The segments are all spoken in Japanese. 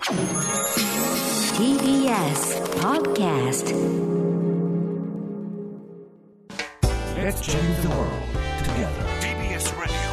TBS Podcast. Let's change the world together. TBS Radio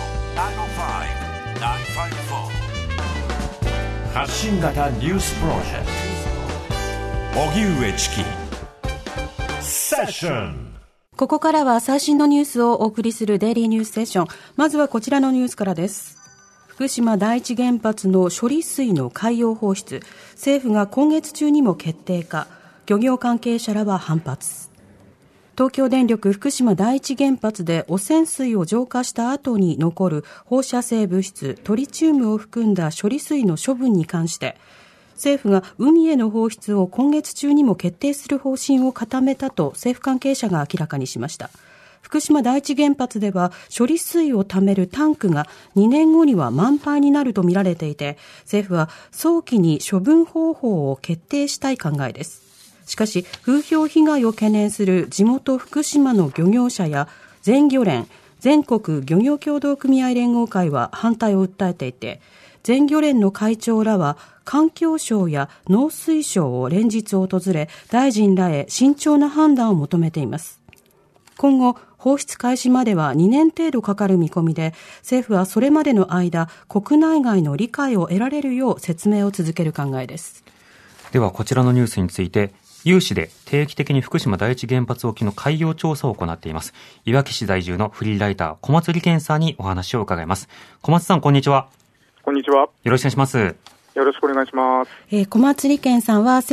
905-954 発信型ニュースプロジェクト荻上チキセッション。 ここからは最新のニュースをお送りするデイリーニュースセッション。まずはこちらのニュースからです。福島第一原発の処理水の海洋放出、政府が今月中にも決定か、漁業関係者らは反発。東京電力福島第一原発で汚染水を浄化した後に残る放射性物質トリチウムを含んだ処理水の処分に関して、政府が海への放出を今月中にも決定する方針を固めたと政府関係者が明らかにしました。福島第一原発では処理水を貯めるタンクが2年後には満杯になるとみられていて、政府は早期に処分方法を決定したい考えです。しかし風評被害を懸念する地元福島の漁業者や全漁連、全国漁業協同組合連合会は反対を訴えていて、全漁連の会長らは環境省や農水省を連日訪れ、大臣らへ慎重な判断を求めています。今後放出開始までは2年程度かかる見込みで、政府はそれまでの間国内外の理解を得られるよう説明を続ける考えです。 ではこちらのニュースについて、有志で定期的に福島第一原発沖の海洋調査を行っていますいわき市在住のフリーライター小松理健さんにお話を伺います。小松さん、こんにちは。 こんにちは。 よろしくお願いします。 よろしくお願いします。 小松理健さんは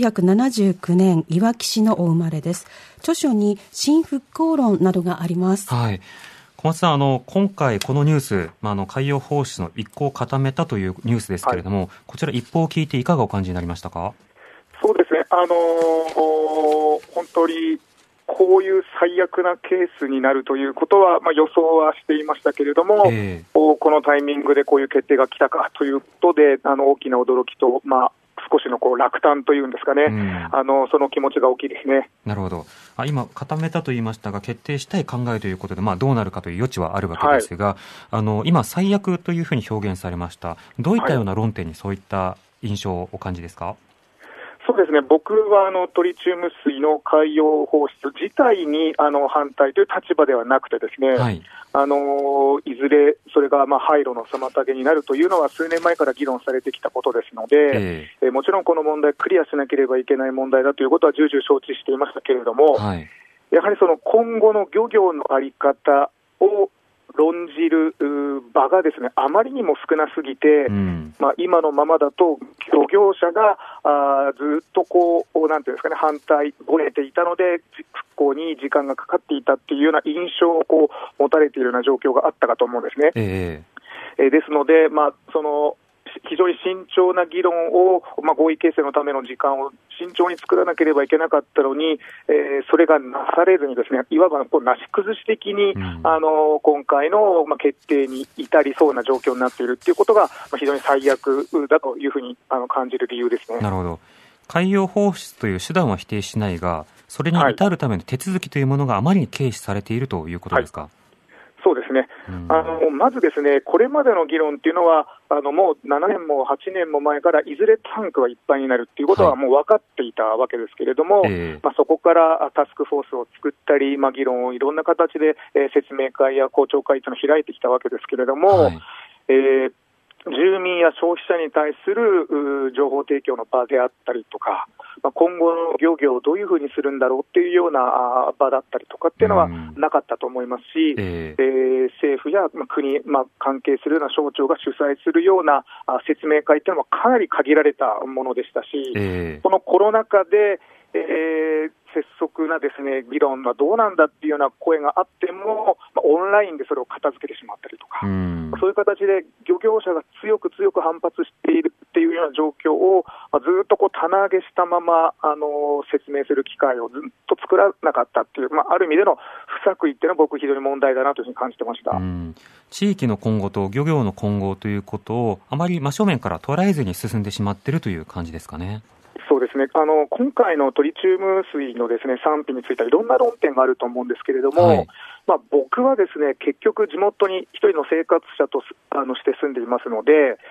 1979年いわき市のお生まれです。著書に新復興論などがあります。 はい。小松さん、今回このニュース、海洋放出の一行を固めたというニュースですけれども、はい、こちら一報を聞いていかがお感じになりましたか？ そうですね、本当にこういう最悪なケースになるということは、予想はしていましたけれども、このタイミングでこういう決定が来たかということで、大きな驚きと、少しの落胆というんですかね、その気持ちが大きいですね。 なるほど。今固めたと言いましたが、決定したい考えということで、どうなるかという余地はあるわけですが、はい、今最悪というふうに表現されました。どういったような論点にそういった印象をお感じですか？ そうですね、僕はトリチウム水の海洋放出自体に反対という立場ではなくてですね、はい、いずれそれが廃炉の妨げになるというのは数年前から議論されてきたことですので、もちろんこの問題クリアしなければいけない問題だということは重々承知していましたけれども、はい、やはりその今後の漁業の在り方を論じる場がですね、あまりにも少なすぎて、今のままだと漁業者がずっとなんていうんですかね、反対ぼれていたので復興に時間がかかっていたっていうような印象を持たれているような状況があったかと思うんですね。ですので、その非常に慎重な議論を、合意形成のための時間を慎重に作らなければいけなかったのに、それがなされずにですね、いわばなし崩し的に、今回の決定に至りそうな状況になっているということが、非常に最悪だというふうに感じる理由ですね。 なるほど。海洋放出という手段は否定しないが、それに至るための手続きというものがあまりに軽視されているということですか？ そうですね、まずですね、これまでの議論というのはもう7年も8年も前からいずれタンクはいっぱいになるということはもう分かっていたわけですけれども、そこからタスクフォースを作ったり、議論をいろんな形で説明会や公聴会というのを開いてきたわけですけれども、住民や消費者に対する情報提供の場であったりとか、今後の漁業をどういうふうにするんだろうっていうような場だったりとかっていうのはなかったと思いますし、政府や国、関係するような省庁が主催するような説明会っていうのはかなり限られたものでしたし、このコロナ禍で拙速なですね、議論はどうなんだっていうような声があっても、オンラインでそれを片付けてしまったりとか、そういう形で漁業者が強く反発しているっていうような状況を、ずっと棚上げしたまま説明する機会をずっと作らなかったっていう、ある意味での不作為っていうのは僕非常に問題だなというふうに感じてました。 地域の今後と漁業の今後ということをあまり真正面から捉えずに進んでしまっているという感じですかね。 そうですね、今回のトリチウム水のですね、賛否についてはいろんな論点があると思うんですけれども、僕はですね、結局地元に一人の生活者として住んでいますので、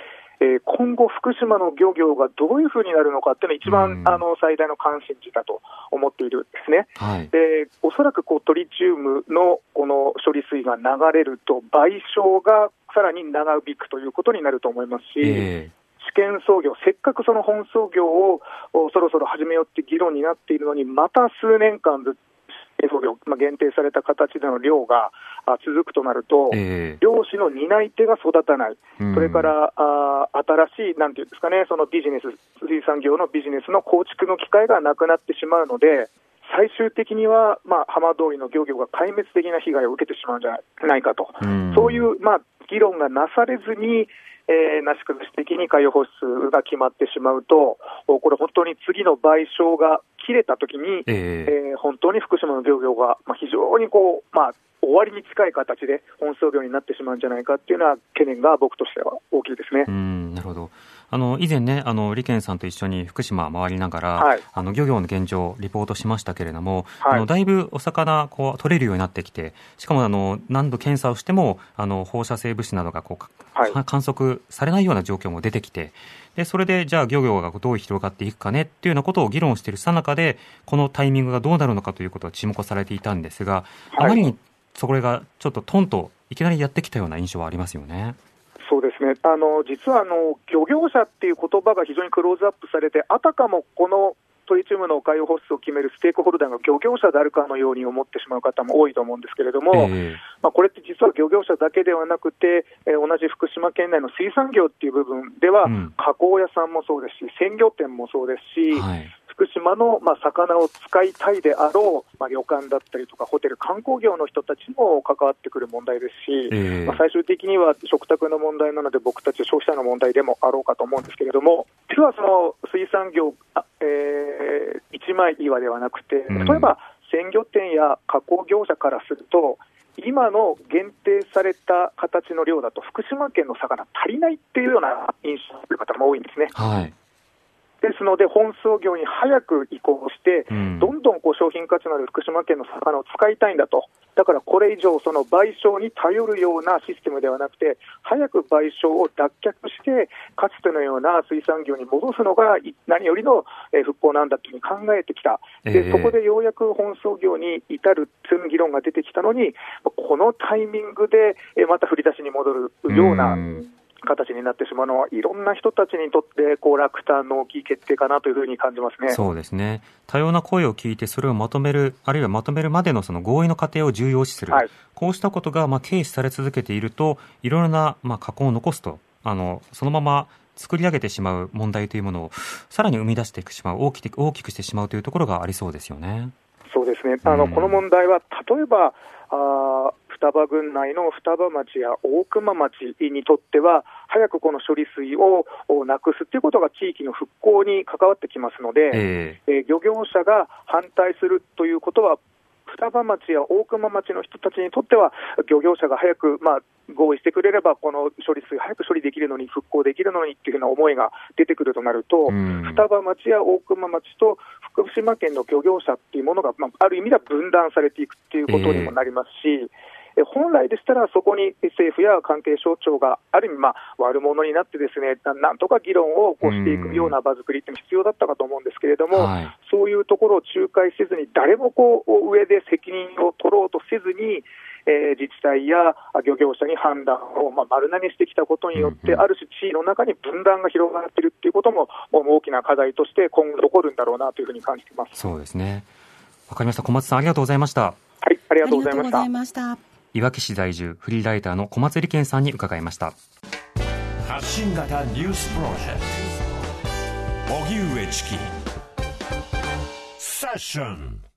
今後、福島の漁業がどういうふうになるのかっていうのは一番最大の関心事だと思っているんですね。 はい、 おそらくトリチウムのこの処理水が流れると賠償がさらに長引くということになると思いますし、試験操業、せっかくその本操業をそろそろ始めようって議論になっているのに、また数年間ずっと操業、限定された形での漁が続くとなると、漁師の担い手が育たない、それから新しいなんていうんですかね、そのビジネス、水産業のビジネスの構築の機会がなくなってしまうので、最終的には、浜通りの漁業が壊滅的な被害を受けてしまうんじゃないかと、そういう、議論がなされずに、なし崩し的に海洋放出が決まってしまうと、これ本当に次の賠償が切れたときに、本当に福島の漁業が、非常に終わりに近い形で本操業になってしまうんじゃないかっていうのは懸念が僕としては大きいですね。 なるほど。以前ね、利健さんと一緒に福島回りながら、 はい、 漁業の現状リポートしましたけれども、 はい、 だいぶお魚取れるようになってきて、しかも何度検査をしても放射性物質などがはい、 観測されないような状況も出てきて、でそれでじゃあ漁業がどう広がっていくかねっていうようなことを議論しているさなかで、このタイミングがどうなるのかということが注目されていたんですが、あまりにそれがちょっとトンといきなりやってきたような印象はありますよね。 そうですね、実は漁業者っていう言葉が非常にクローズアップされて、あたかもこのトリチウムの海洋放出を決めるステークホルダーが漁業者であるかのように思ってしまう方も多いと思うんですけれども、これって実は漁業者だけではなくて、同じ福島県内の水産業っていう部分では、加工屋さんもそうですし、鮮魚店もそうですし、はい、福島の魚を使いたいであろう、旅館だったりとかホテル観光業の人たちも関わってくる問題ですし、最終的には食卓の問題なので僕たち消費者の問題でもあろうかと思うんですけれども、実はその水産業、一枚岩ではなくて、例えば鮮魚店や加工業者からすると、今の限定された形の量だと福島県の魚足りないっていうような印象をする方も多いんですね。 はい、 ですので本操業に早く移行して、どんどん商品価値のある福島県の魚を使いたいんだと。だからこれ以上その賠償に頼るようなシステムではなくて、早く賠償を脱却してかつてのような水産業に戻すのが何よりの復興なんだというふうに考えてきた。でそこでようやく本操業に至るという議論が出てきたのに、このタイミングでまた振り出しに戻るような形になってしまうのは、いろんな人たちにとって落胆の大きい決定かなというふうに感じますね。 そうですね。多様な声を聞いてそれをまとめる、あるいはまとめるまでのその合意の過程を重要視する、はい、こうしたことが軽視され続けていると、いろいろな禍根を残すと、そのまま作り上げてしまう問題というものをさらに生み出してしまう、大きくしてしまうというところがありそうですよね。そうですね。 この問題は例えば双葉郡内の双葉町や大熊町にとっては、早くこの処理水をなくすということが地域の復興に関わってきますので、漁業者が反対するということは、双葉町や大熊町の人たちにとっては、漁業者が早く合意してくれれば、この処理水早く処理できるのに、復興できるのにっていうような思いが出てくるとなると、双葉町や大熊町と福島県の漁業者っていうものが、ある意味では分断されていくっていうことにもなりますし、本来でしたらそこに政府や関係省庁がある意味悪者になってですね、なんとか議論をしていくような場作りって必要だったかと思うんですけれども、そういうところを仲介せずに、誰も上で責任を取ろうとせずに、自治体や漁業者に判断を丸投げしてきたことによって、ある種地域の中に分断が広がっているということも大きな課題として今後起こるんだろうなというふうに感じています。 そうですね。わかりました。小松さん、ありがとうございました。 はい、ありがとうございました。 いわき市在住フリーライターの小松理健さんに伺いました。 発信型ニュースプロジェクト荻上チキセッション。